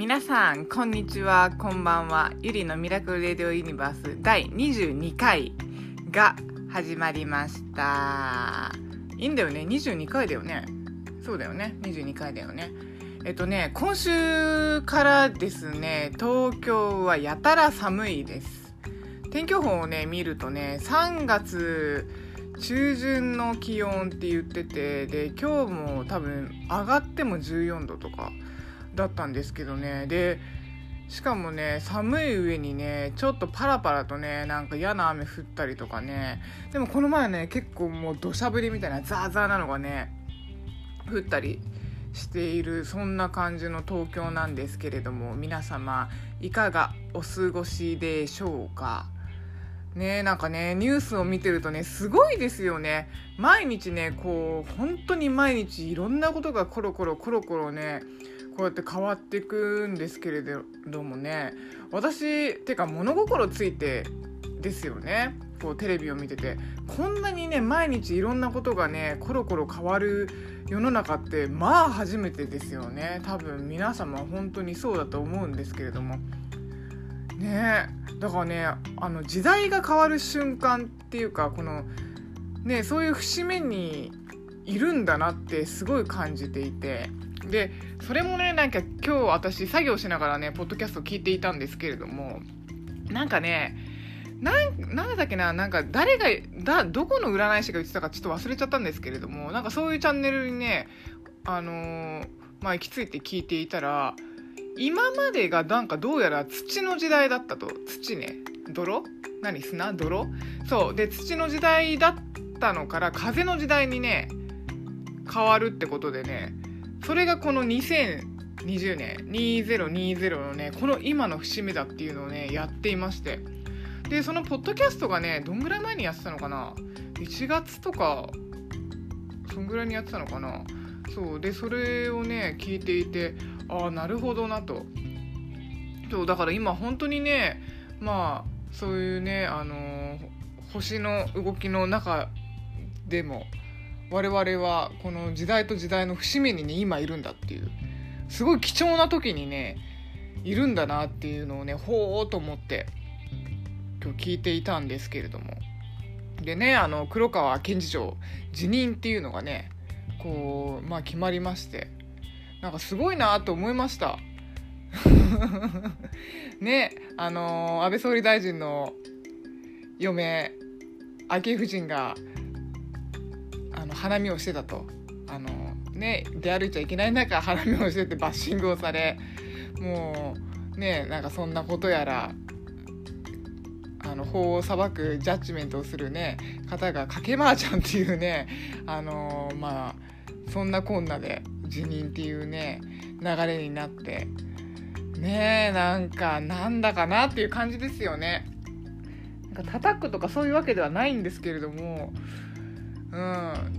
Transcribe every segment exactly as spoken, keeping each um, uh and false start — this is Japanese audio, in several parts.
皆さんこんにちは、こんばんは。ゆりのミラクルレディオユニバースだいにじゅうにかいが始まりました。いいんだよね、にじゅうにかいだよね。そうだよね、にじゅうにかいだよね。えっとね今週からですね、東京はやたら寒いです。天気予報をね見るとね、さんがつ中旬の気温って言ってて、で今日も多分上がってもじゅうよんどとかだったんですけどね。でしかもね、寒い上にねちょっとパラパラとねなんか嫌な雨降ったりとかね。でもこの前ね結構もう土砂降りみたいなザーザーなのがね降ったりしている、そんな感じの東京なんですけれども、皆様いかがお過ごしでしょうかね。なんかねニュースを見てるとねすごいですよね。毎日ねこう本当に毎日いろんなことがコロコロコロコロねこうやって変わっていくんですけれどもね、私てか物心ついてですよね、こうテレビを見ててこんなにね毎日いろんなことがねコロコロ変わる世の中ってまあ初めてですよね。多分皆様本当にそうだと思うんですけれどもね。だからねあの時代が変わる瞬間っていうか、このねそういう節目にいるんだなってすごい感じていて、でそれもねなんか今日私作業しながらねポッドキャスト聞いていたんですけれども、なんかねなんなんだっけな、なんか誰がだどこの占い師が言ってたかちょっと忘れちゃったんですけれども、なんかそういうチャンネルにねあのー、まあ行き着いて聞いていたら、今までがなんかどうやら土の時代だったと。土ね、泥何砂泥そうで土の時代だったのから風の時代にね変わるってことでね、それがこのにせんにじゅうねんにせんにじゅうのねこの今の節目だっていうのをねやっていまして、でそのポッドキャストがねどんぐらい前にやってたのかな、いちがつとかそんぐらいにやってたのかな。そうでそれをね聞いていて、ああなるほどなと。そうだから今本当にねまあそういうねあのー、星の動きの中でも我々はこの時代と時代の節目にね今いるんだっていう、すごい貴重な時にねいるんだなっていうのをねほーっと思って今日聞いていたんですけれども、でねあの黒川検事長辞任っていうのがねこうまあ決まりまして、なんかすごいなと思いましたね。あの安倍総理大臣の嫁昭恵夫人があの花見をしてたと、あのね出歩いちゃいけない中花見をしててバッシングをされ、もうねなんかそんなことやらあの法を裁くジャッジメントをするね方がかけまーちゃんっていうね、あのまあそんなこんなで辞任っていうね流れになってね、なんかなんだかなっていう感じですよね。なんか叩くとかそういうわけではないんですけれども、うん、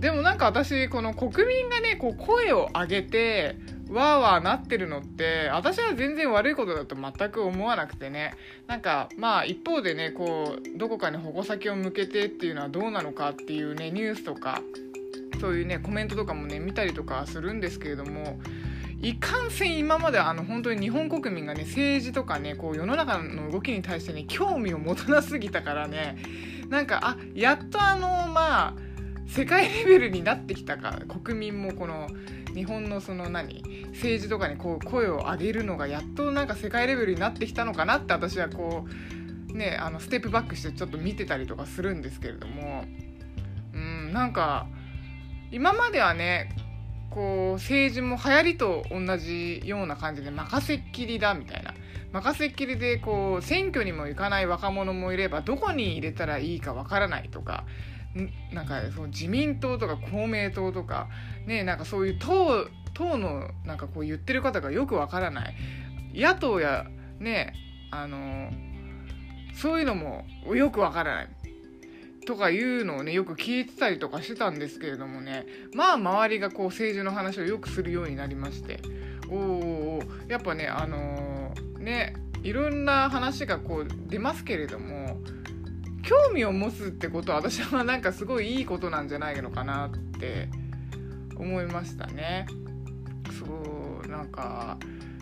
でもなんか私この国民がねこう声を上げてわーわーなってるのって私は全然悪いことだと全く思わなくてね、なんかまあ一方でねこうどこかに矛先を向けてっていうのはどうなのかっていうねニュースとかそういうねコメントとかもね見たりとかするんですけれども、いかんせん今まであの本当に日本国民がね政治とかねこう世の中の動きに対してね興味を持たなすぎたからね、なんかあやっとあのまあ世界レベルになってきたか、国民もこの日本のその何政治とかにこう声を上げるのがやっとなんか世界レベルになってきたのかなって私はこうねあのステップバックしてちょっと見てたりとかするんですけれども、うんなんか今まではねこう政治も流行りと同じような感じで任せっきりだみたいな、任せっきりでこう選挙にも行かない若者もいればどこに入れたらいいかわからないとか、なんかその自民党とか公明党とかねなんかそういう党党のなんかこう言ってる方がよくわからない、野党やねあのそういうのもよくわからないとかいうのをねよく聞いてたりとかしてたんですけれどもね、まあ周りがこう政治の話をよくするようになりまして、おーやっぱねあのー、ねいろんな話がこう出ますけれども、興味を持つってことは私はなんかすごいいいことなんじゃないのかなって思いましたね。そうなんか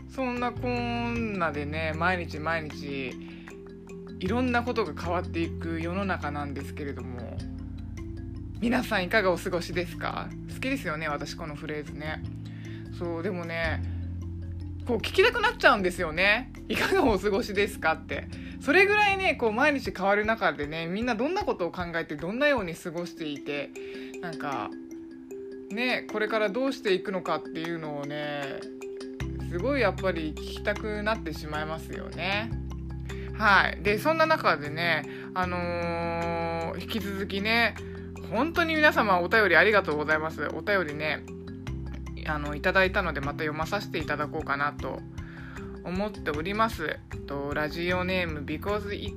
そんなこんなでね、毎日毎日いろんなことが変わっていく世の中なんですけれども、皆さんいかがお過ごしですか？好きですよね、私このフレーズね。そうでもね、こう聞きたくなっちゃうんですよね。いかがお過ごしですかって。それぐらいね、こう毎日変わる中でね、みんなどんなことを考えてどんなように過ごしていて、なんかね、これからどうしていくのかっていうのをね、すごいやっぱり聞きたくなってしまいますよね。はい。でそんな中でね、あのー、引き続きね、本当に皆様お便りありがとうございます。お便りね、あのいただいたのでまた読まさせていただこうかなと思っております。とラジオネーム Because It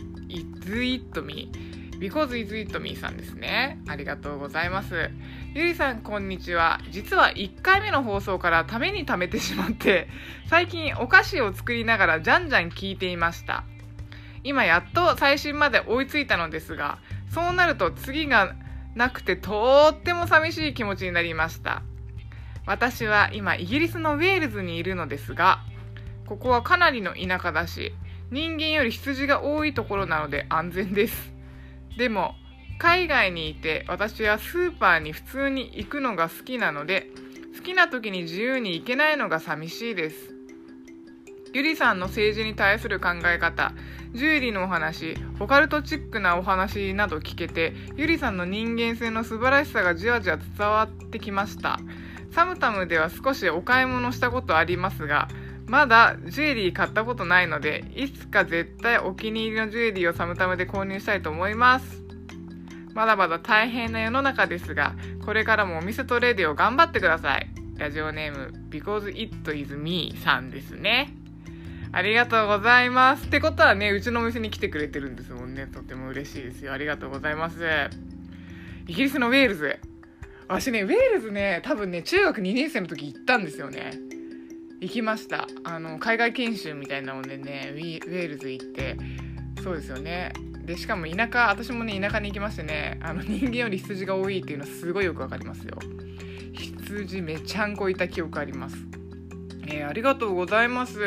It Me Because It It Me さんですね。ありがとうございます。ゆりさんこんにちは。実はいっかいめの放送からためにためてしまって、最近お菓子を作りながらじゃんじゃん聞いていました。今やっと最新まで追いついたのですが、そうなると次がなくてとっても寂しい気持ちになりました。私は今イギリスのウェールズにいるのですが、ここはかなりの田舎だし、人間より羊が多いところなので安全です。でも海外にいて私はスーパーに普通に行くのが好きなので、好きな時に自由に行けないのが寂しいです。ゆりさんの政治に対する考え方、ジュエリーのお話、オカルトチックなお話など聞けて、ゆりさんの人間性の素晴らしさがじわじわ伝わってきました。サムタムでは少しお買い物したことありますが、まだジュエリー買ったことないので、いつか絶対お気に入りのジュエリーをサムタムで購入したいと思います。まだまだ大変な世の中ですが、これからもお店とレディを頑張ってください。ラジオネーム Because It Is Me さんですね。ありがとうございます。ってことはね、うちのお店に来てくれてるんですもんね。とても嬉しいですよ。ありがとうございます。イギリスのウェールズ、私ね、ウェールズね、多分ね、中学にねん生の時行ったんですよね。行きました。あの海外研修みたいなのでね、ウェールズ行って、そうですよね。でしかも田舎、私もね田舎に行きましてね、あの人間より羊が多いっていうのはすごいよくわかりますよ。羊めちゃんこいた記憶あります。えー、ありがとうございます。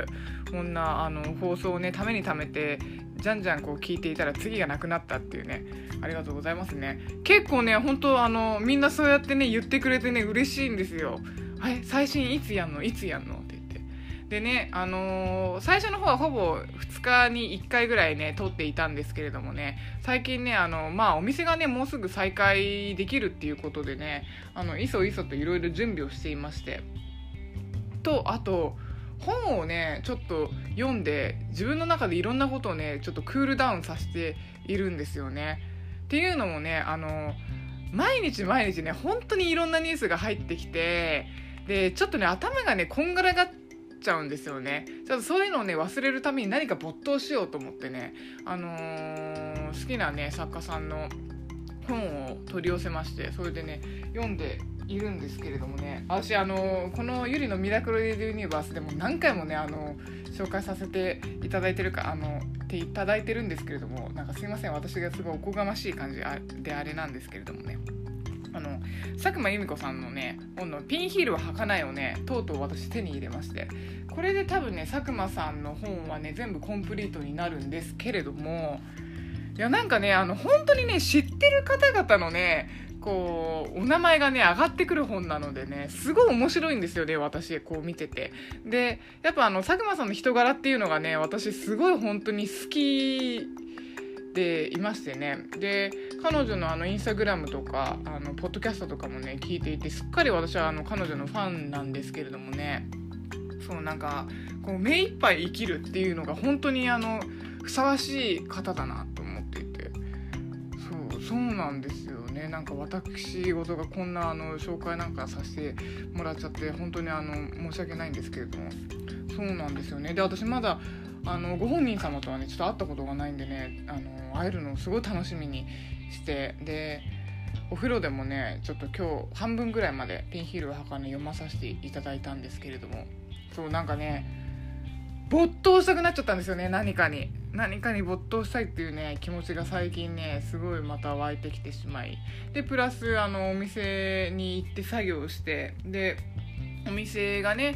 こんなあの放送をね、ためにためてじゃんじゃんこう聞いていたら次がなくなったっていうね、ありがとうございますね。結構ね、本当あのみんなそうやってね言ってくれてね、嬉しいんですよ。はい、最新いつやんのいつやんのって言って。でね、あのー、最初の方はほぼふつかにいっかいぐらいね撮っていたんですけれどもね、最近ね、あのまあお店がねもうすぐ再開できるっていうことでね、あのいそいそといろいろ準備をしていまして、とあと本をねちょっと読んで、自分の中でいろんなことをねちょっとクールダウンさせているんですよね。っていうのもね、あの毎日毎日ね本当にいろんなニュースが入ってきて、でちょっとね頭がねこんがらがっちゃうんですよね。ちょっとそういうのをね忘れるために何か没頭しようと思ってね、あのー、好きなね作家さんの本を取り寄せまして、それでね読んでいるんですけれどもね、私あのこのゆりのミラクルレディユニバースでも何回もねあの紹介させていただいてるかあのていただいてるんですけれども、なんかすいません、私がすごいおこがましい感じであれなんですけれどもね、あの佐久間由美子さんのね本のピンヒールは履かないをねとうとう私手に入れまして、これで多分ね佐久間さんの本はね全部コンプリートになるんですけれども、いやなんかねあの本当にね知ってる方々のねこうお名前がね上がってくる本なのでね、すごい面白いんですよね、私こう見てて。でやっぱあの佐久間さんの人柄っていうのがね私すごい本当に好きでいましてね、で彼女のあのインスタグラムとかあのポッドキャストとかもね聞いていて、すっかり私はあの彼女のファンなんですけれどもね、そうなんかこう目いっぱい生きるっていうのが本当にあのふさわしい方だなと思っていて、そうそうなんですよね。なんか私事がこんなあの紹介なんかさせてもらっちゃって本当にあの申し訳ないんですけれども、そうなんですよね。で私まだあのご本人様とはねちょっと会ったことがないんでね、あの会えるのをすごい楽しみにして、でお風呂でもねちょっと今日半分ぐらいまでピンヒールを履かね読まさせていただいたんですけれども、そうなんかね没頭したくなっちゃったんですよね。何かに何かに没頭したいっていうね気持ちが最近ねすごいまた湧いてきてしまい、でプラスあのお店に行って作業して、でお店がね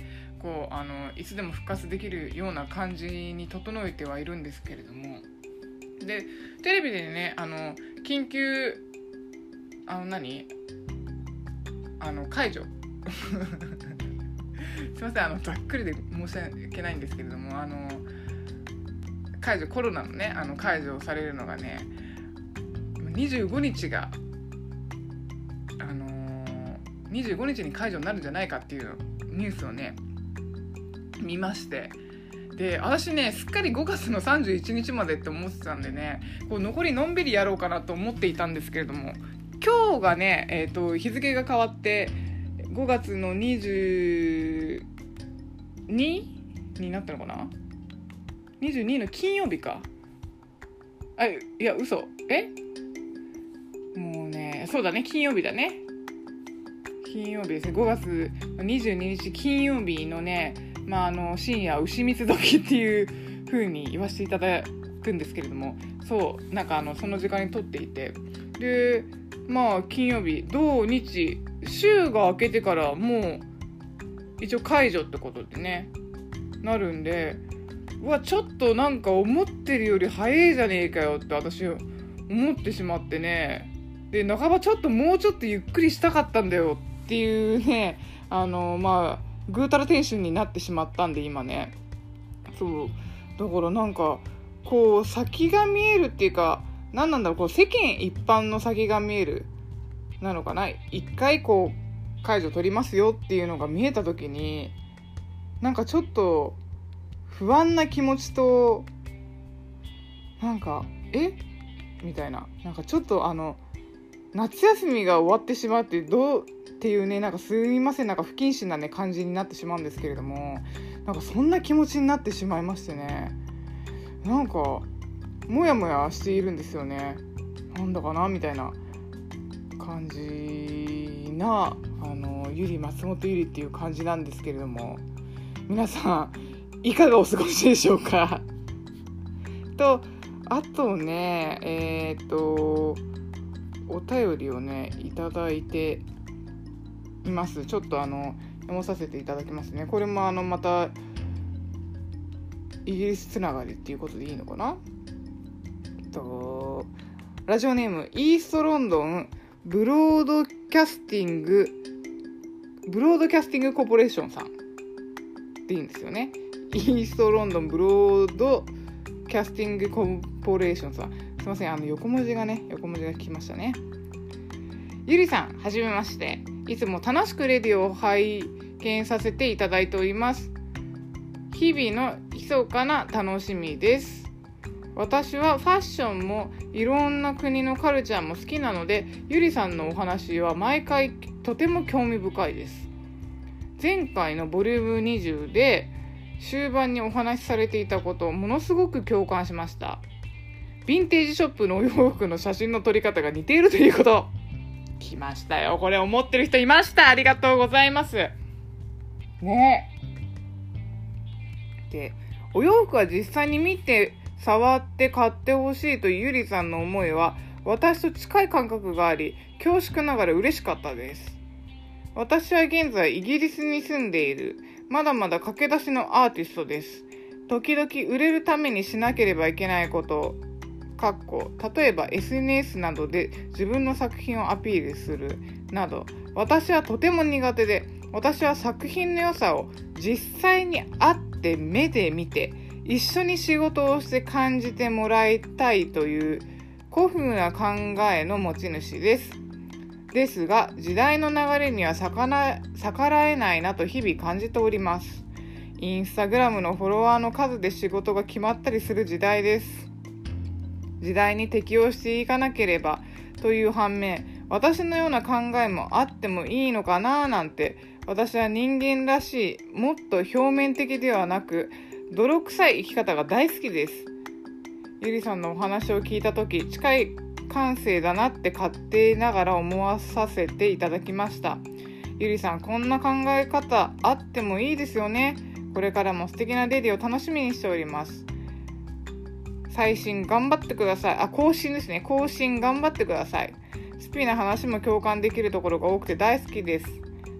こうあのいつでも復活できるような感じに整えてはいるんですけれども、でテレビでねあの緊急あの何あの解除すいませんあのざっくりで申し訳ないんですけれども、あの解除コロナのねあの解除されるのがねにじゅうごにちがあのー、にじゅうごにちに解除になるんじゃないかっていうニュースをね見まして、で私ねすっかりごがつのさんじゅういちにちまでって思ってたんでね、こう残りのんびりやろうかなと思っていたんですけれども、今日がね、えーと、日付が変わってごがつのにじゅうにになったのかな、にじゅうにの金曜日か、あいや嘘えもうねそうだね金曜日だね金曜日ですね、ごがつにじゅうににち金曜日のね、まあ、あの深夜牛蜜時っていう風に言わせていただくんですけれども、そうなんかあのその時間に撮っていて、でまあ金曜日土日週が明けてからもう一応解除ってことでねなるんで、うわちょっとなんか思ってるより早いじゃねえかよって私思ってしまってね、で半ばちょっともうちょっとゆっくりしたかったんだよっていうね、あのまあぐうたらテンションになってしまったんで今ね、そうだからなんかこう先が見えるっていうか、何なんだろう、こう世間一般の先が見えるなのかな、一回こう解除取りますよっていうのが見えた時になんかちょっと不安な気持ちとなんかえみたいな、なんかちょっとあの夏休みが終わってしまうってどうっていうね、なんかすみませんなんか不謹慎なね感じになってしまうんですけれども、なんかそんな気持ちになってしまいましてね、なんかもやもやしているんですよね、なんだかなみたいな感じなあのゆり松本ゆりっていう感じなんですけれども、皆さんいかがお過ごしでしょうかとあとねえー、っとお便りをねいただいています。ちょっとあの読まさせていただきますね。これもあのまたイギリスつながりっていうことでいいのかな。とラジオネームイーストロンドンブロードキャスティングブロードキャスティングコーポレーションさんでいいんですよね。イーストロンドンブロードキャスティングコーポレーションさん、すいませんあの横文字がね横文字が来ましたね。ゆりさんはじめまして、いつも楽しくレディオを拝見させていただいております。日々の密かな楽しみです。私はファッションもいろんな国のカルチャーも好きなので、ゆりさんのお話は毎回とても興味深いです。前回のボリュームにじゅうで終盤にお話しされていたことをものすごく共感しました。ヴィンテージショップのお洋服の写真の撮り方が似ているということ。来ましたよ、これ思ってる人いました。ありがとうございますね。でお洋服は実際に見て触って買ってほしいというゆりさんの思いは私と近い感覚があり、恐縮ながら嬉しかったです。私は現在イギリスに住んでいるまだまだ駆け出しのアーティストです。時々売れるためにしなければいけないことかっこ例えば エスエヌエス などで自分の作品をアピールするなど、私はとても苦手で、私は作品の良さを実際に会って目で見て一緒に仕事をして感じてもらいたいという古風な考えの持ち主です。ですが時代の流れには逆ら、逆らえないなと日々感じております。インスタグラムのフォロワーの数で仕事が決まったりする時代です。時代に適応していかなければという反面、私のような考えもあってもいいのかななんて、私は人間らしいもっと表面的ではなく泥臭い生き方が大好きです。ゆりさんのお話を聞いたとき、近い感性だなって勝手ながら思わさせていただきました。ゆりさん、こんな考え方あってもいいですよね。これからも素敵なレディを楽しみにしております。最新頑張ってください。あ、更新ですね。更新頑張ってください。スピな話も共感できるところが多くて大好きです。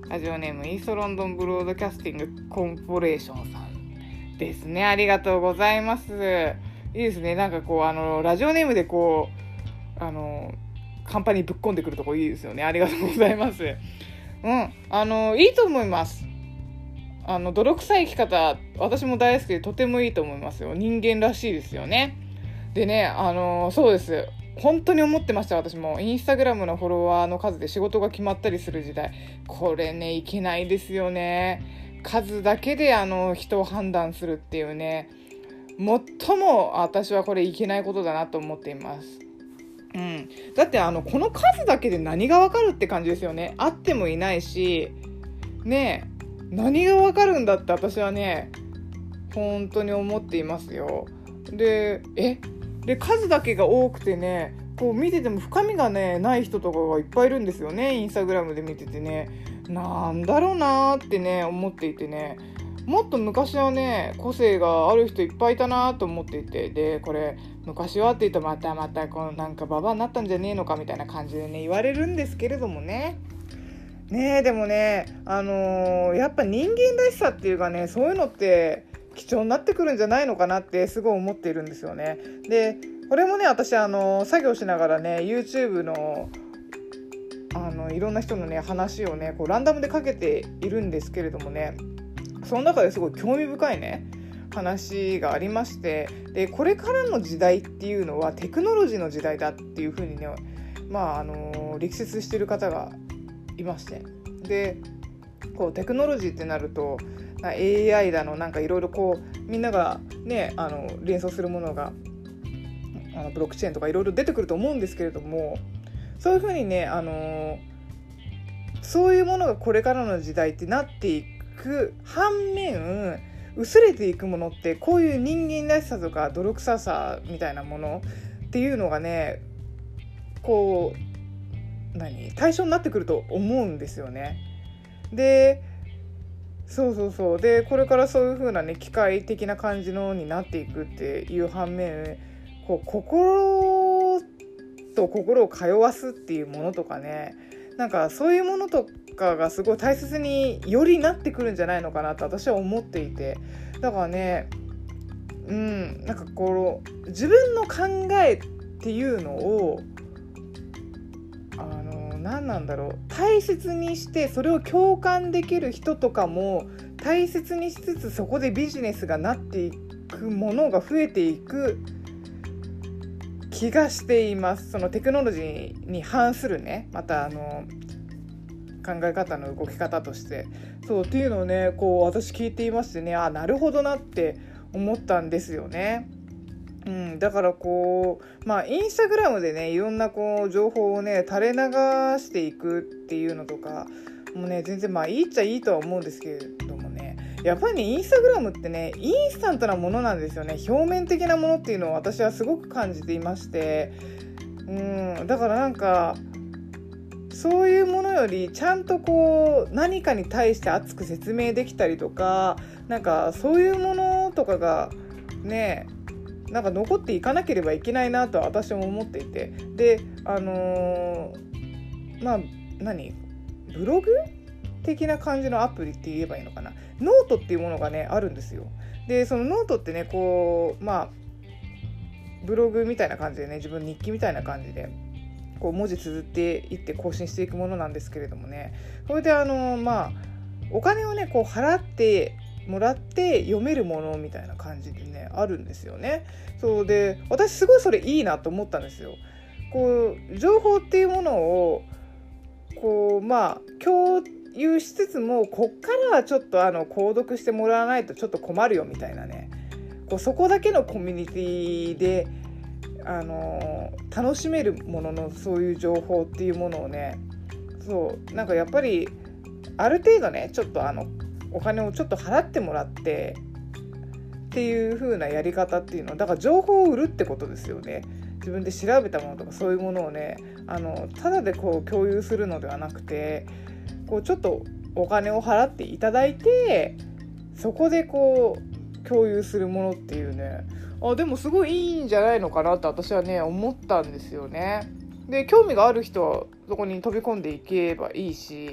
ラジオネームイーストロンドンブロードキャスティングコンポレーションさんですね。ありがとうございます。いいですね。なんかこうあのラジオネームでこうあのカンパニーぶっ込んでくるとこいいですよね。ありがとうございます。うんあのいいと思います。あの泥臭い生き方私も大好きでとてもいいと思いますよ。人間らしいですよね。でねあのそうです本当に思ってました。私もインスタグラムのフォロワーの数で仕事が決まったりする時代、これねいけないですよね。数だけであの人を判断するっていうね、最も私はこれいけないことだなと思っています。うん、だってあのこの数だけで何がわかるって感じですよね。あってもいないしねえ何がわかるんだって私はね本当に思っていますよ。でえで数だけが多くてねこう見てても深みがねない人とかがいっぱいいるんですよね。インスタグラムで見ててねなんだろうなーってね思っていてね、もっと昔はね個性がある人いっぱいいたなと思っていて、でこれ昔はって言うとまたまたこのなんかババアになったんじゃねえのかみたいな感じでね言われるんですけれどもねねえでもねあのー、やっぱ人間らしさっていうかねそういうのって貴重になってくるんじゃないのかなってすごい思っているんですよね。でこれもね私あの作業しながらね YouTube のあのいろんな人のね話をねこうランダムでかけているんですけれどもね、その中ですごい興味深いね話がありまして、でこれからの時代っていうのはテクノロジーの時代だっていうふうにねまああの力説してる方がいまして、でこうテクノロジーってなると エーアイ だのなんかいろいろこうみんながねあの連想するものがあのブロックチェーンとかいろいろ出てくると思うんですけれども、そういうふうにねあのそういうものがこれからの時代ってなっていく反面薄れていくものってこういう人間らしさとか泥臭さみたいなものっていうのがねこう何対象になってくると思うんですよね。でそうそうそうでこれからそういう風なね機械的な感じのになっていくっていう反面こう心と心を通わすっていうものとかねなんかそういうものとかがすごい大切によりなってくるんじゃないのかなと私は思っていて、だからねうんなんかこう自分の考えっていうのをあの何なんだろう大切にしてそれを共感できる人とかも大切にしつつそこでビジネスがなっていくものが増えていく気がしています。そのテクノロジーに反するねまたあの考え方の動き方としてそうっていうのをねこう私聞いていましてねあなるほどなって思ったんですよね。うん、だからこうまあインスタグラムでねいろんなこう情報をね垂れ流していくっていうのとかもうね全然まあいいっちゃいいとは思うんですけれどもねやっぱりねインスタグラムってねインスタントなものなんですよね。表面的なものっていうのを私はすごく感じていまして、うんだからなんかそういうものよりちゃんとこう何かに対して熱く説明できたりとかなんかそういうものとかがねなんか残っていかなければいけないなとは私も思っていて、であのー、まあ何ブログ的な感じのアプリって言えばいいのかな、ノートっていうものがねあるんですよ。でそのノートってねこうまあブログみたいな感じでね自分日記みたいな感じでこう文字綴っていって更新していくものなんですけれどもね、これであのまあお金をねこう払ってもらって読めるものみたいな感じでねあるんですよね。そうで私すごいそれいいなと思ったんですよ。こう情報っていうものをこうまあ共有しつつもこっからはちょっとあの購読してもらわないとちょっと困るよみたいなねこうそこだけのコミュニティであの楽しめるもののそういう情報っていうものをねそうなんかやっぱりある程度ねちょっとあのお金をちょっと払ってもらってっていう風なやり方っていうのだから情報を売るってことですよね。自分で調べたものとかそういうものをねあのただでこう共有するのではなくてこうちょっとお金を払っていただいてそこでこう共有するものっていうねあでもすごいいいんじゃないのかなって私はね思ったんですよね。で興味がある人はそこに飛び込んでいけばいいし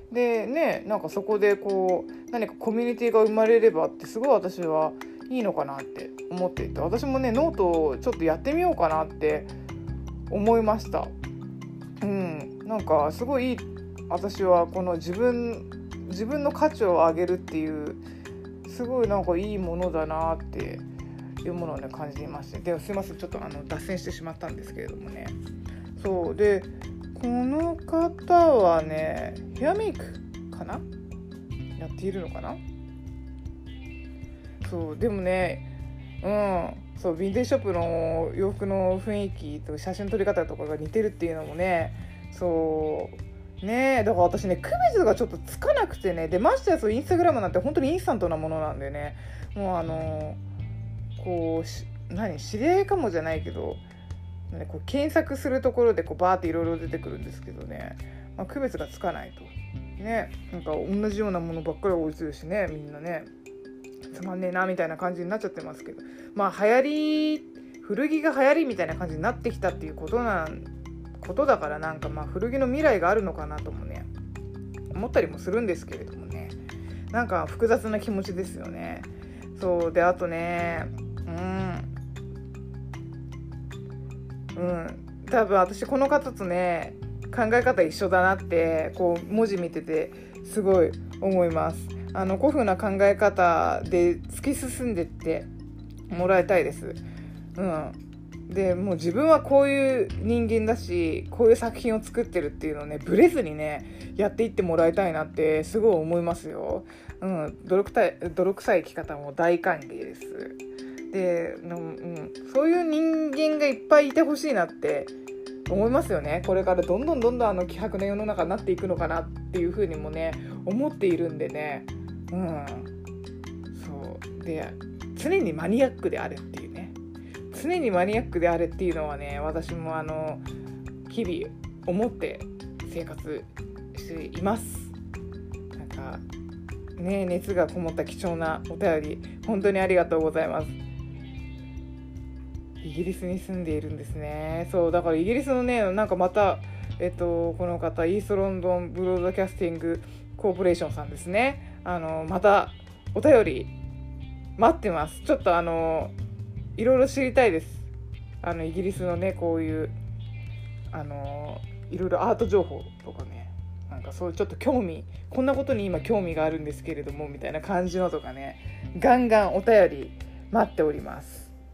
でね、なんかそこでこう何かコミュニティが生まれればってすごい私はいいのかなって思っていて、私もねノートをちょっとやってみようかなって思いました。うん、なんかすごいいい、私はこの自分自分の価値を上げるっていうすごいなんかいいものだなっていうものをね感じまして、ですいませんちょっとあの脱線してしまったんですけれどもね。そうでこの方はねヘアメイクかなやっているのかな。そうでもね、うんそうヴィンテージショップの洋服の雰囲気と写真撮り方とかが似てるっていうのもね、そうねだから私ね区別がちょっとつかなくてね、でましてやそうインスタグラムなんて本当にインスタントなものなんでね、もうあのこうし何知り合いかもじゃないけど、ね、こう検索するところでこうバーっていろいろ出てくるんですけどね、まあ、区別がつかないとね、なんか同じようなものばっかり置いてるしね、みんなねつまんねえなみたいな感じになっちゃってますけど、まあ流行り古着が流行りみたいな感じになってきたっていうことなんことだから、なんかまあ古着の未来があるのかなともね思ったりもするんですけれどもね、なんか複雑な気持ちですよね。そうであとねうんうん多分私この方とね考え方一緒だなってこう文字見ててすごい思います。あの古風な考え方で突き進んでってもらいたいです。うんでもう自分はこういう人間だしこういう作品を作ってるっていうのをねブレずにねやっていってもらいたいなってすごい思いますよ。うん泥臭い泥臭い生き方も大歓迎です。で、うん、そういう人間がいっぱいいてほしいなって思いますよね。これからどんどんどんどんあの希薄な世の中になっていくのかなっていうふうにもね思っているんでね、うんそうで常にマニアックであれっていうね、常にマニアックであれっていうのはね私もあの日々思って生活しています。なんかね熱がこもった貴重なお便り本当にありがとうございます。イギリスに住んでいるんですね。そうだからイギリスのねなんかまたえっとこの方イーストロンドンブロードキャスティングコーポレーションさんですね。あのまたお便り待ってます。ちょっとあのいろいろ知りたいです。あのイギリスのねこういうあのいろいろアート情報とかね、なんかそういうちょっと興味こんなことに今興味があるんですけれどもみたいな感じのとかね、ガンガンお便り待っております。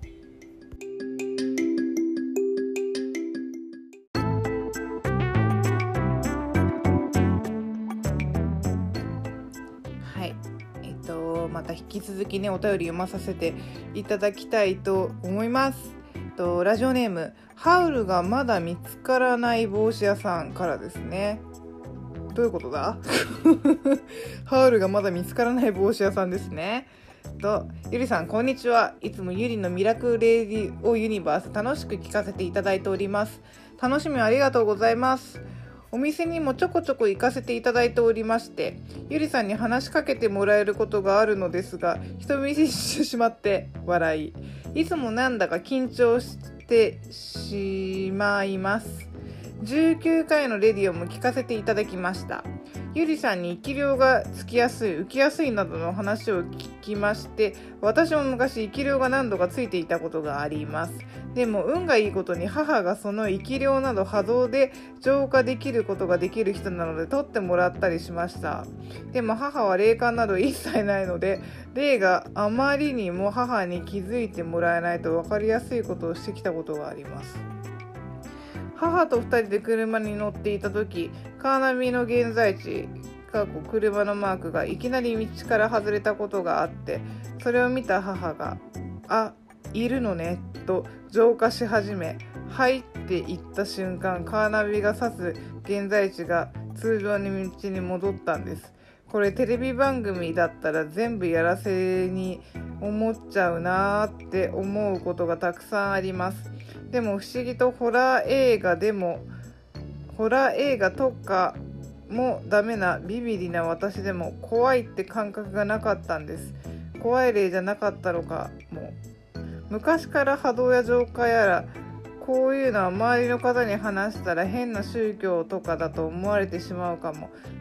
また引き続きねお便り読まさせていただきたいと思います。とラジオネームハウルがまだ見つからない帽子屋さんからですね。どういうことだハウルがまだ見つからない帽子屋さんですね。とゆりさんこんにちは。いつもゆりのミラクルレディオユニバース楽しく聞かせていただいております。楽しみありがとうございます。お店にもちょこちょこ行かせていただいておりまして、ゆりさんに話しかけてもらえることがあるのですが、人見知りしてしまって笑い、いつもなんだか緊張してしまいます。じゅうきゅうかいのレディオも聞かせていただきました。ゆりさんに生き量がつきやすい、浮きやすいなどの話を聞きまして、私も昔生き量が何度かついていたことがあります。でも運がいいことに母がその生き量など波動で浄化できることができる人なので取ってもらったりしました。でも母は霊感など一切ないので、霊があまりにも母に気づいてもらえないと分かりやすいことをしてきたことがあります。母とふたりで車に乗っていた時、カーナビの現在地車のマークがいきなり道から外れたことがあって、それを見た母があ、いるのねと浄化し始め、入っていった瞬間カーナビが指す現在地が通常の道に戻ったんです。これテレビ番組だったら全部やらせに思っちゃうなーって思うことがたくさんあります。でも不思議とホラー映画でもホラー映画とかもダメなビビリな私でも怖いって感覚がなかったんです。怖い霊じゃなかったのかも。昔から波動や浄化やらこういうのは周りの方に話したら変な宗教とかだと思われてしまうかも。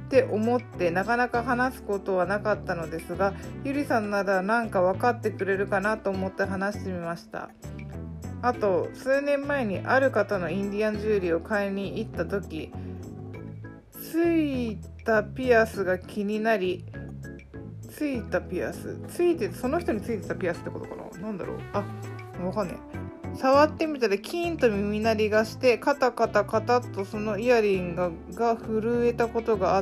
って思ってなかなか話すことはなかったのですが、ゆりさんなら何か分かってくれるかなと思って話してみました。あと数年前にある方のインディアンジュエリーを買いに行った時、ついたピアスが気になり、ついたピアスついてその人についてたピアスってことかな、なんだろう、あ、わかんねえ。触ってみたらキーンと耳鳴りがして、カタカタカタッとそのイヤリングが震えたことがあって、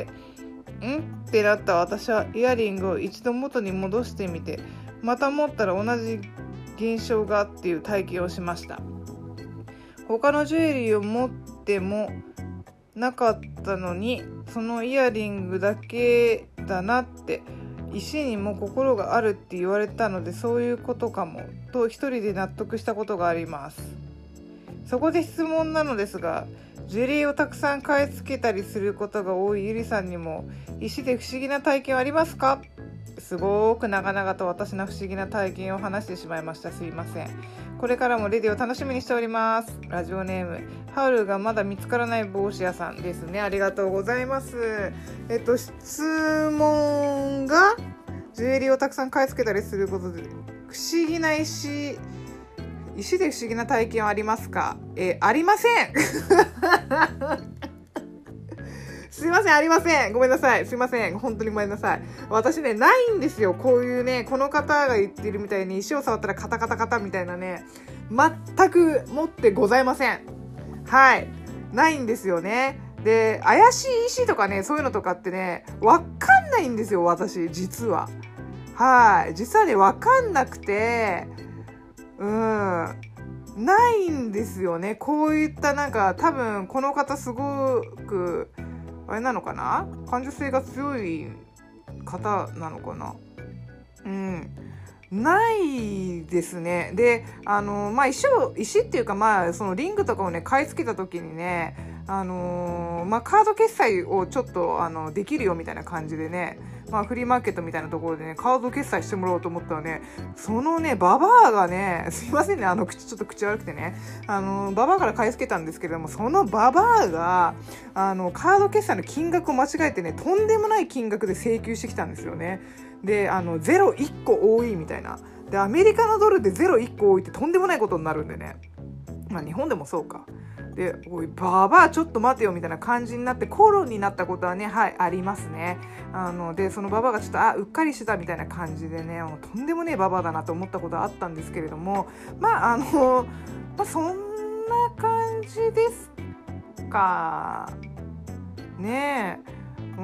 んってなった私はイヤリングを一度元に戻してみて、また持ったら同じ現象がっていう体験をしました。他のジュエリーを持ってもなかったのに、そのイヤリングだけだなって、石にも心があるって言われたので、そういうことかもと一人で納得したことがあります。そこで質問なのですが、ジュエリーをたくさん買い付けたりすることが多いゆりさんにも石で不思議な体験はありますか？すごく長々と私の不思議な体験を話してしまいました。すいません。これからもレディを楽しみにしております。ラジオネームハウルがまだ見つからない帽子屋さんですね。ありがとうございます。えっと質問が、ジュエリーをたくさん買い付けたりすることで不思議な石石で不思議な体験はありますか？えー、ありませんすいません、ありません。ごめんなさい。すいません。本当にごめんなさい。私ね、ないんですよ。こういうね、この方が言ってるみたいに石を触ったらカタカタカタみたいなね、全く持ってございません。はい。ないんですよね。で、怪しい石とかね、そういうのとかってね、わかんないんですよ、私、実は。はい。実はね、わかんなくて、うん。ないんですよね。こういったなんか、多分この方すごく、あれなのかな、感受性が強い方なのかな、うん、ないですね。で、あのまあ石を石っていうか、まあそのリングとかをね買い付けた時にね、あのー、まあカード決済をちょっとあのできるよみたいな感じでね、まあフリーマーケットみたいなところでねカード決済してもらおうと思ったらね、そのねババアがね、すいませんね、あの口ちょっと口悪くてね、あのババアから買い付けたんですけれども、そのババアがあのカード決済の金額を間違えてね、とんでもない金額で請求してきたんですよね。で、あのゼロいっこ多いみたいな。で、アメリカのドルでゼロいっこ多いってとんでもないことになるんでね。まあ日本でもそうか。で、おいババアちょっと待てよみたいな感じになって口論になったことはね、はい、ありますね。あので、そのババアがちょっとあうっかりしてたみたいな感じでね、もうとんでもねえババアだなと思ったことはあったんですけれども、まああの、まあ、そんな感じですかねえ。うん、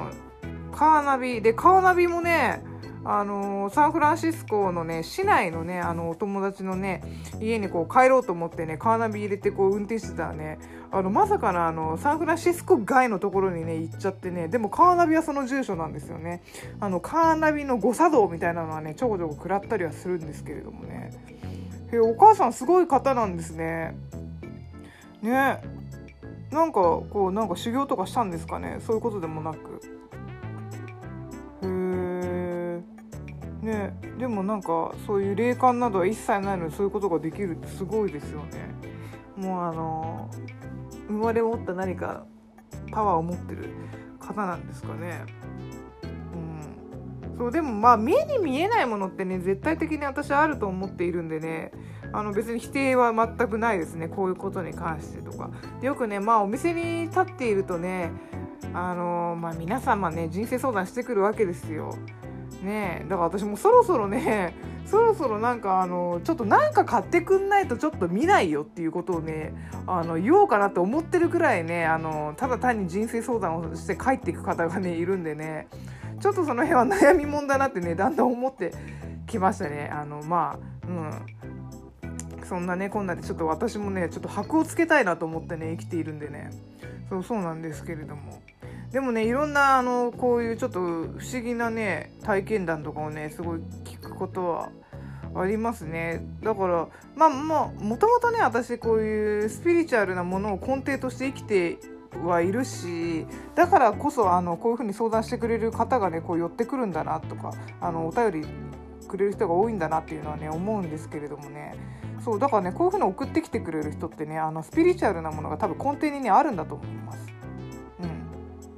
カーナビで、カーナビもね、あのー、サンフランシスコのね市内のね、あのお友達のね家にこう帰ろうと思ってねカーナビ入れてこう運転してたらね、あのまさかのあのサンフランシスコ外のところにね行っちゃってね、でもカーナビはその住所なんですよね。あのカーナビの誤作動みたいなのはねちょこちょこ食らったりはするんですけれどもね。へ、お母さんすごい方なんですね。ね、なんかこうなんか修行とかしたんですかね。そういうことでもなく、へーね、でもなんかそういう霊感などは一切ないのにそういうことができるってすごいですよね。もうあの生まれ持った何かパワーを持ってる方なんですかね。うん、そうでもまあ目に見えないものってね絶対的に私はあると思っているんでね、あの別に否定は全くないですね、こういうことに関してとかで。よくね、まあお店に立っているとね、あのまあ皆様ね人生相談してくるわけですよね。えだから私もそろそろねそろそろなんかあのちょっとなんか買ってくんないとちょっと見ないよっていうことをねあの言おうかなと思ってるくらいね、あのただ単に人生相談をして帰っていく方がねいるんでね、ちょっとその辺は悩みもんだなってねだんだん思ってきましたね。あのまあうんそんなねこんなでちょっと私もねちょっと箔をつけたいなと思ってね生きているんでね、そうそうなんですけれども、でもねいろんなあのこういうちょっと不思議なね体験談とかをねすごい聞くことはありますね。だからまあまあもともとね私こういうスピリチュアルなものを根底として生きてはいるし、だからこそあのこういう風に相談してくれる方がねこう寄ってくるんだなとか、あのお便りくれる人が多いんだなっていうのはね思うんですけれどもね、そうだからねこういう風に送ってきてくれる人ってねあのスピリチュアルなものが多分根底にねあるんだと思います。うん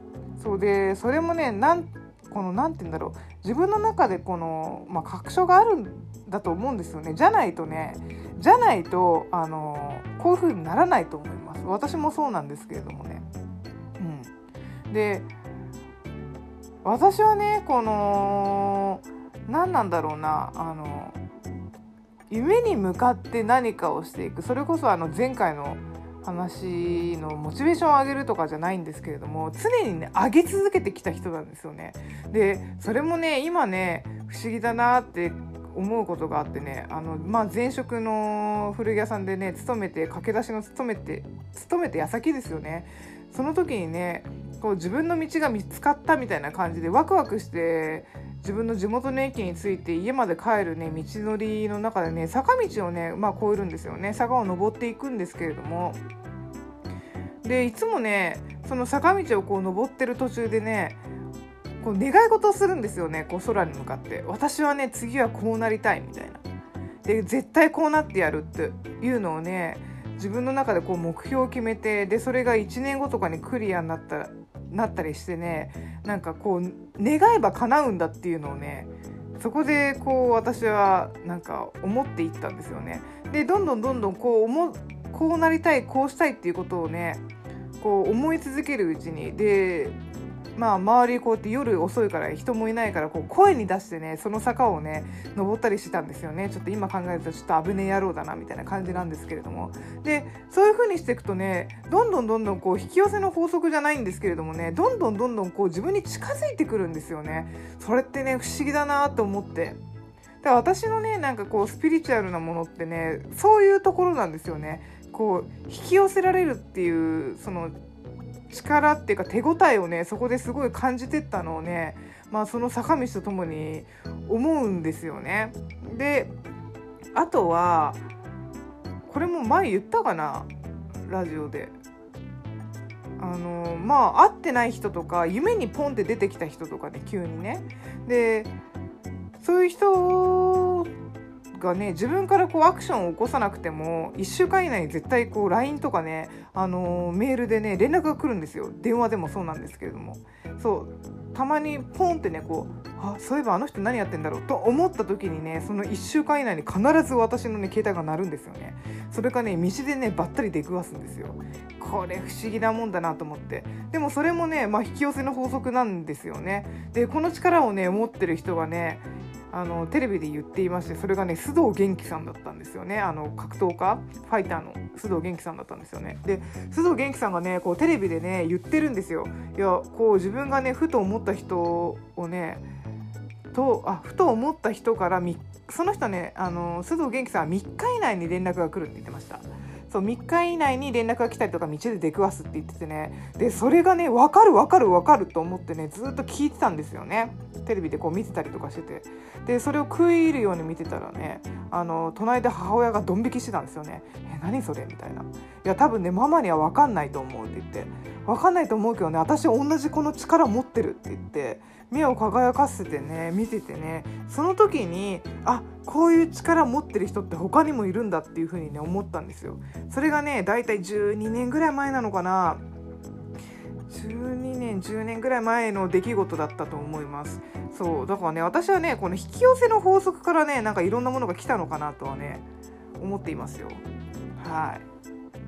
そうでそれもねなんこのなんて言うんだろう、自分の中でこの、まあ、確証があるんだと思うんですよね。じゃないとねじゃないとあのこういう風にならないと思います。私もそうなんですけれどもね、うん、で私はねこの何なんだろうな、あの夢に向かって何かをしていく、それこそあの前回の話のモチベーションを上げるとかじゃないんですけれども、常にね上げ続けてきた人なんですよね。でそれもね今ね不思議だなって思うことがあってね、あの、まあ、前職の古着屋さんでね勤めて、駆け出しの勤めて勤めて矢先ですよね。その時にねこう自分の道が見つかったみたいな感じでワクワクして自分の地元の駅に着いて家まで帰るね道のりの中でね坂道をね、まあ、越えるんですよね。坂を登っていくんですけれども、でいつもねその坂道をこう登ってる途中でねこう願い事をするんですよね。こう空に向かって私はね次はこうなりたいみたいな、で絶対こうなってやるっていうのをね自分の中でこう目標を決めて、でそれがいちねんごとかにクリアになったなったりしてね、なんかこう願えば叶うんだっていうのをねそこでこう私はなんか思っていったんですよね。でどんどんどんどんこう思こうなりたいこうしたいっていうことをねこう思い続けるうちに、でまあ周りこうやって夜遅いから人もいないからこう声に出してねその坂をね登ったりしてたんですよね。ちょっと今考えるとちょっと危ねえ野郎だなみたいな感じなんですけれども、でそういう風にしていくとねどんどんどんどんこう引き寄せの法則じゃないんですけれどもね、どんどんどんどんこう自分に近づいてくるんですよね。それってね不思議だなと思って、だから私のねなんかこうスピリチュアルなものってねそういうところなんですよね。こう引き寄せられるっていうその力っていうか手応えをねそこですごい感じてったのをね、まあその坂道とともに思うんですよね。であとはこれも前言ったかなラジオで、あのまあ会ってない人とか夢にポンって出てきた人とかね急にね、でそういう人がね自分からこうアクションを起こさなくてもいっしゅうかん以内に絶対こう ライン とかね、あのー、メールでね連絡が来るんですよ。電話でもそうなんですけれども、そうたまにポンってねこうあそういえばあの人何やってんだろうと思った時にねそのいっしゅうかん以内に必ず私のね携帯が鳴るんですよね。それかね道でねばったり出くわすんですよ。これ不思議なもんだなと思って、でもそれもね、まあ、引き寄せの法則なんですよね。でこの力をね持ってる人がねあのテレビで言っていまして、それがね須藤元気さんだったんですよね。あの格闘家ファイターの須藤元気さんだったんですよね。で須藤元気さんがねこうテレビでね言ってるんですよ。いやこう自分がねふと思った人をねとあふと思った人からみその人ねあの須藤元気さんはみっか以内に連絡が来るって言ってました。そうみっか以内に連絡が来たりとか道で出くわすって言っててね、でそれがね分かる分かる分かると思ってねずっと聞いてたんですよね。テレビでこう見てたりとかしてて、でそれを食い入るように見てたらねあの隣で母親がドン引きしてたんですよね。え何それみたいな。いや多分ねママには分かんないと思うって言って、分かんないと思うけどね私同じこの力持ってるって言って目を輝かせてね見ててね、その時にあこういう力持ってる人って他にもいるんだっていう風にね思ったんですよ。それがねだいたいじゅうにねんぐらい前なのかな、じゅうにねんじゅうねんぐらい前の出来事だったと思います。そうだからね私はねこの引き寄せの法則からねなんかいろんなものが来たのかなとはね思っていますよ。はい。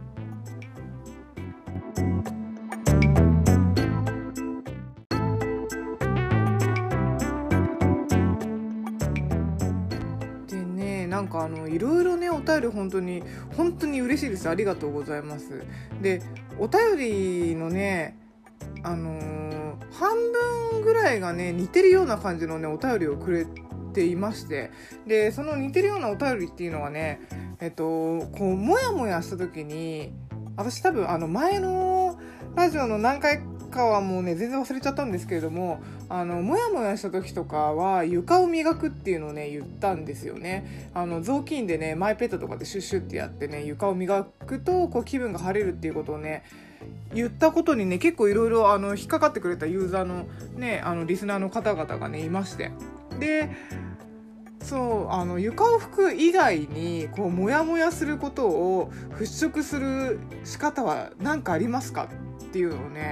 なんかあのいろいろねお便り本当に本当に嬉しいです。ありがとうございます。でお便りのねあのー、半分ぐらいがね似てるような感じのねお便りをくれていまして、でその似てるようなお便りっていうのはねえっとこうモヤモヤした時に、私多分あの前のラジオの何回かはもうね全然忘れちゃったんですけれども、あのモヤモヤした時とかは床を磨くっていうのをね言ったんですよね。あの雑巾でねマイペットとかでシュッシュってやってね床を磨くとこう気分が晴れるっていうことをね言ったことにね結構いろいろあの引っかかってくれたユーザーのねあのリスナーの方々がねいまして、でそうあの床を拭く以外にこうモヤモヤすることを払拭する仕方は何かありますかっていうのをね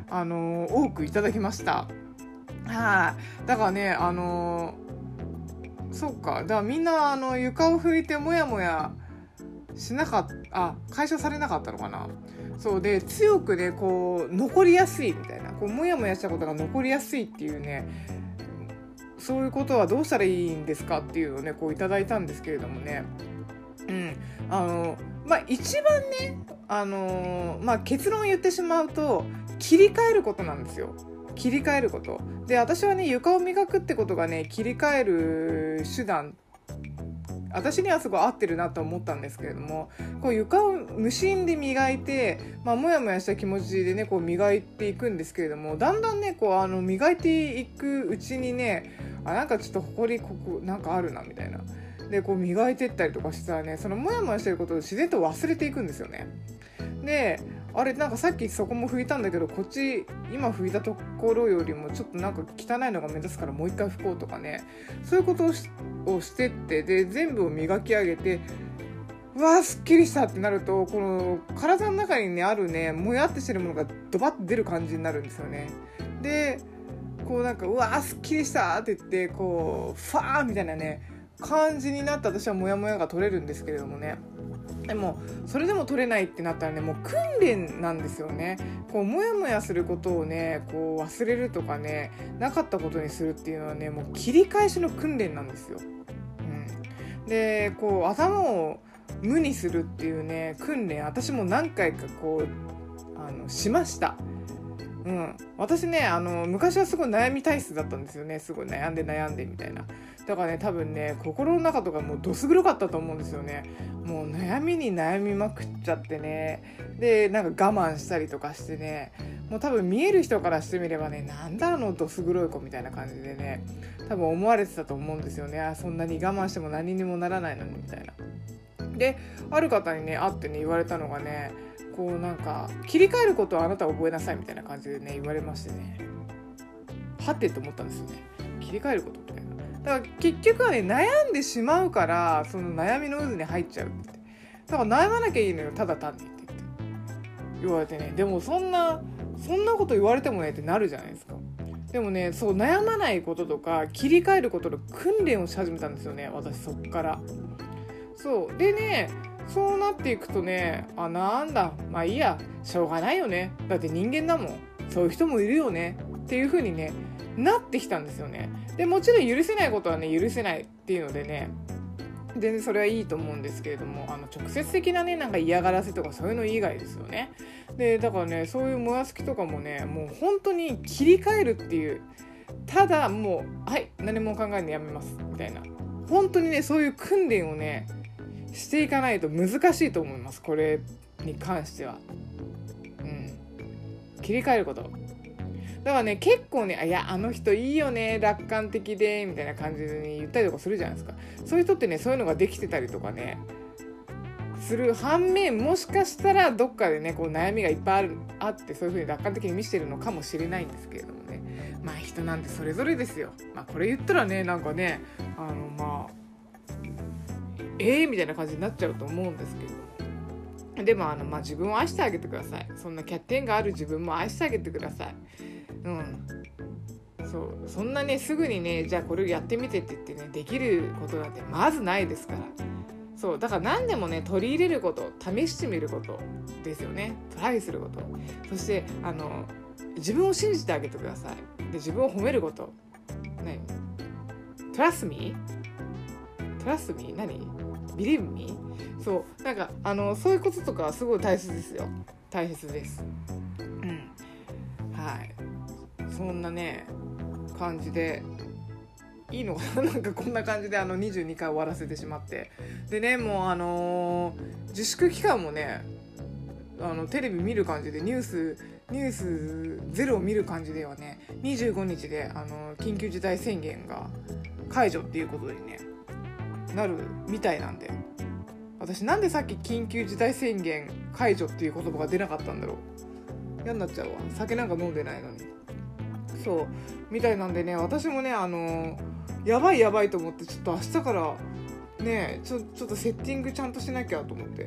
あのー、多くいただきました。はい。だからね、あのー、そっか。だからみんなあの床を拭いてもやもやしなかった、あ、解消されなかったのかな。そうで、強くね、こう残りやすいみたいな、こうもやもやしたことが残りやすいっていうね、そういうことはどうしたらいいんですかっていうのをね、こういただいたんですけれどもね。うん。あの、まあ、一番ね、あのー、まあ、結論を言ってしまうと、切り替えることなんですよ。切り替えること。で、私はね、床を磨くってことがね、切り替える手段、私にはすごい合ってるなと思ったんですけれども、こう床を無心で磨いて、まあ、もやもやした気持ちでね、こう磨いていくんですけれども、だんだんね、こう、あの、磨いていくうちにね、あ、なんかちょっと埃ここなんかあるなみたいな。で、こう磨いていったりとかしたらね、そのモヤモヤしてることを自然と忘れていくんですよね。で、あれなんかさっきそこも拭いたんだけど、こっち今拭いたところよりもちょっとなんか汚いのが目立つからもう一回拭こうとかね、そういうことを し, をしてって、で全部を磨き上げて、うわーすっきりしたってなると、この体の中にねあるねもやってしてるものがドバッと出る感じになるんですよね。で、こうなんかうわーすっきりしたって言ってこうファーみたいなね感じになって私はモヤモヤが取れるんですけれどもね。でもそれでも取れないってなったらね、もう訓練なんですよね。こうモヤモヤすることをねこう忘れるとかね、なかったことにするっていうのはね、もう切り返しの訓練なんですよ。うん、で、こう頭を無にするっていうね訓練、私も何回かこうあのしました。うん、私ねあの昔はすごい悩み体質だったんですよね。すごい悩んで悩んでみたいな。だからね、多分ね心の中とかもうどす黒かったと思うんですよね。もう悩みに悩みまくっちゃってね、でなんか我慢したりとかしてね、もう多分見える人からしてみればね、なんだあのどす黒い子みたいな感じでね、多分思われてたと思うんですよね。あ、そんなに我慢しても何にもならないのにみたいな。で、ある方にね会ってね言われたのがね、こうなんか切り替えることをあなたは覚えなさいみたいな感じでね言われましてね、はってと思ったんですよね。切り替えることみたいな。だから結局はね悩んでしまうから、その悩みの渦に入っちゃうって。だから悩まなきゃいいのよ、ただ単にって言って言われてね。でもそんなそんなこと言われてもねってなるじゃないですか。でもね、そう悩まないこととか切り替えることの訓練をし始めたんですよね、私そっから。そうでね、そうなっていくとね、あ、なんだ、まあいいや、しょうがないよね、だって人間だもん、そういう人もいるよねっていう風にねなってきたんですよね。でもちろん許せないことはね許せないっていうのでね、全然それはいいと思うんですけれども、あの直接的なねなんか嫌がらせとかそういうの以外ですよね。でだからね、そういうもやつきとかもね、もう本当に切り替えるっていう、ただもうはい何も考えるのやめますみたいな、本当にねそういう訓練をねしていかないと難しいと思います、これに関しては。うん、切り替えること。だからね、結構ね、いやあの人いいよね、楽観的でみたいな感じで言ったりとかするじゃないですか。そういう人ってね、そういうのができてたりとかねする反面、もしかしたらどっかでねこう悩みがいっぱいあるあって、そういう風に楽観的に見せてるのかもしれないんですけれどもね。まあ人なんてそれぞれですよ。まあこれ言ったらね、なんかね、あのまあえーみたいな感じになっちゃうと思うんですけど、でもあの、まあ、自分を愛してあげてください。そんな欠点がある自分も愛してあげてください。うん、そうそんなねすぐにねじゃあこれをやってみてって言ってねできることなんてまずないですから。そうだから何でもね取り入れること、試してみることですよね。トライすること、そしてあの自分を信じてあげてください。で自分を褒めること。何 Trust me? Trust me? 何Believe me? そうなんかあのそういうこととかはすごい大切ですよ。大切です。うん、はい。そんなね感じでいいのかななんかこんな感じであのにじゅうにかい終わらせてしまって、でねもうあのー、自粛期間もねあのテレビ見る感じでニュースニュースゼロを見る感じではね、にじゅうごにちであの緊急事態宣言が解除っていうことにねなるみたいなんで、私なんでさっき緊急事態宣言解除っていう言葉が出なかったんだろう。嫌になっちゃうわ、酒なんか飲んでないのに。そうみたいなんでね、私もねあのやばいやばいと思って、ちょっと明日からねちょ、ちょっとセッティングちゃんとしなきゃと思って、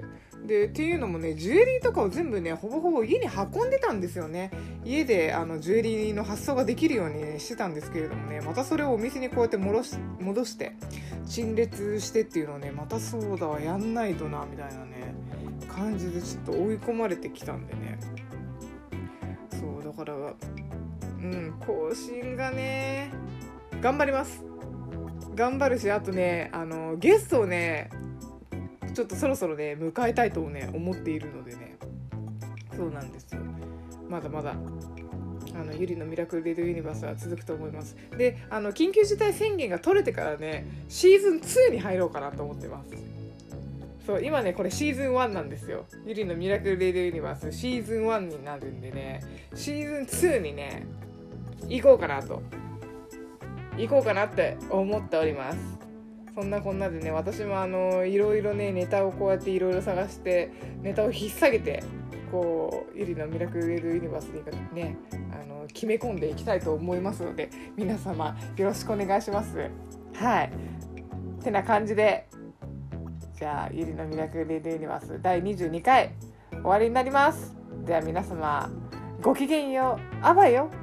でっていうのもね、ジュエリーとかを全部ねほぼほぼ家に運んでたんですよね。家であのジュエリーの発送ができるように、ね、してたんですけれどもね、またそれをお店にこうやって戻し、戻して陳列してっていうのをね、またそうだわやんないとなみたいなね感じでちょっと追い込まれてきたんでね。そうだからうん更新がね頑張ります頑張るし、あとねあのゲストをねちょっとそろそろね迎えたいとね思っているのでね、そうなんですよ。まだまだあのゆりのミラクルレディオユニバースは続くと思います。で、あの緊急事態宣言が取れてからねシーズンツーに入ろうかなと思ってます。そう今ねこれシーズンワンなんですよ。ゆりのミラクルレディオユニバースシーズンワンになるんでね、シーズンツーにね行こうかなと行こうかなって思っております。そんなこんなでね、私もあのいろいろねネタをこうやっていろいろ探してネタを引っ提げてこうゆりのミラクルレディオユニバースにねあの決め込んでいきたいと思いますので、皆様よろしくお願いします。はいてな感じで、じゃあゆりのミラクルレディオユニバースだいにじゅうにかい終わりになります。では皆様ごきげんよう、あばよ。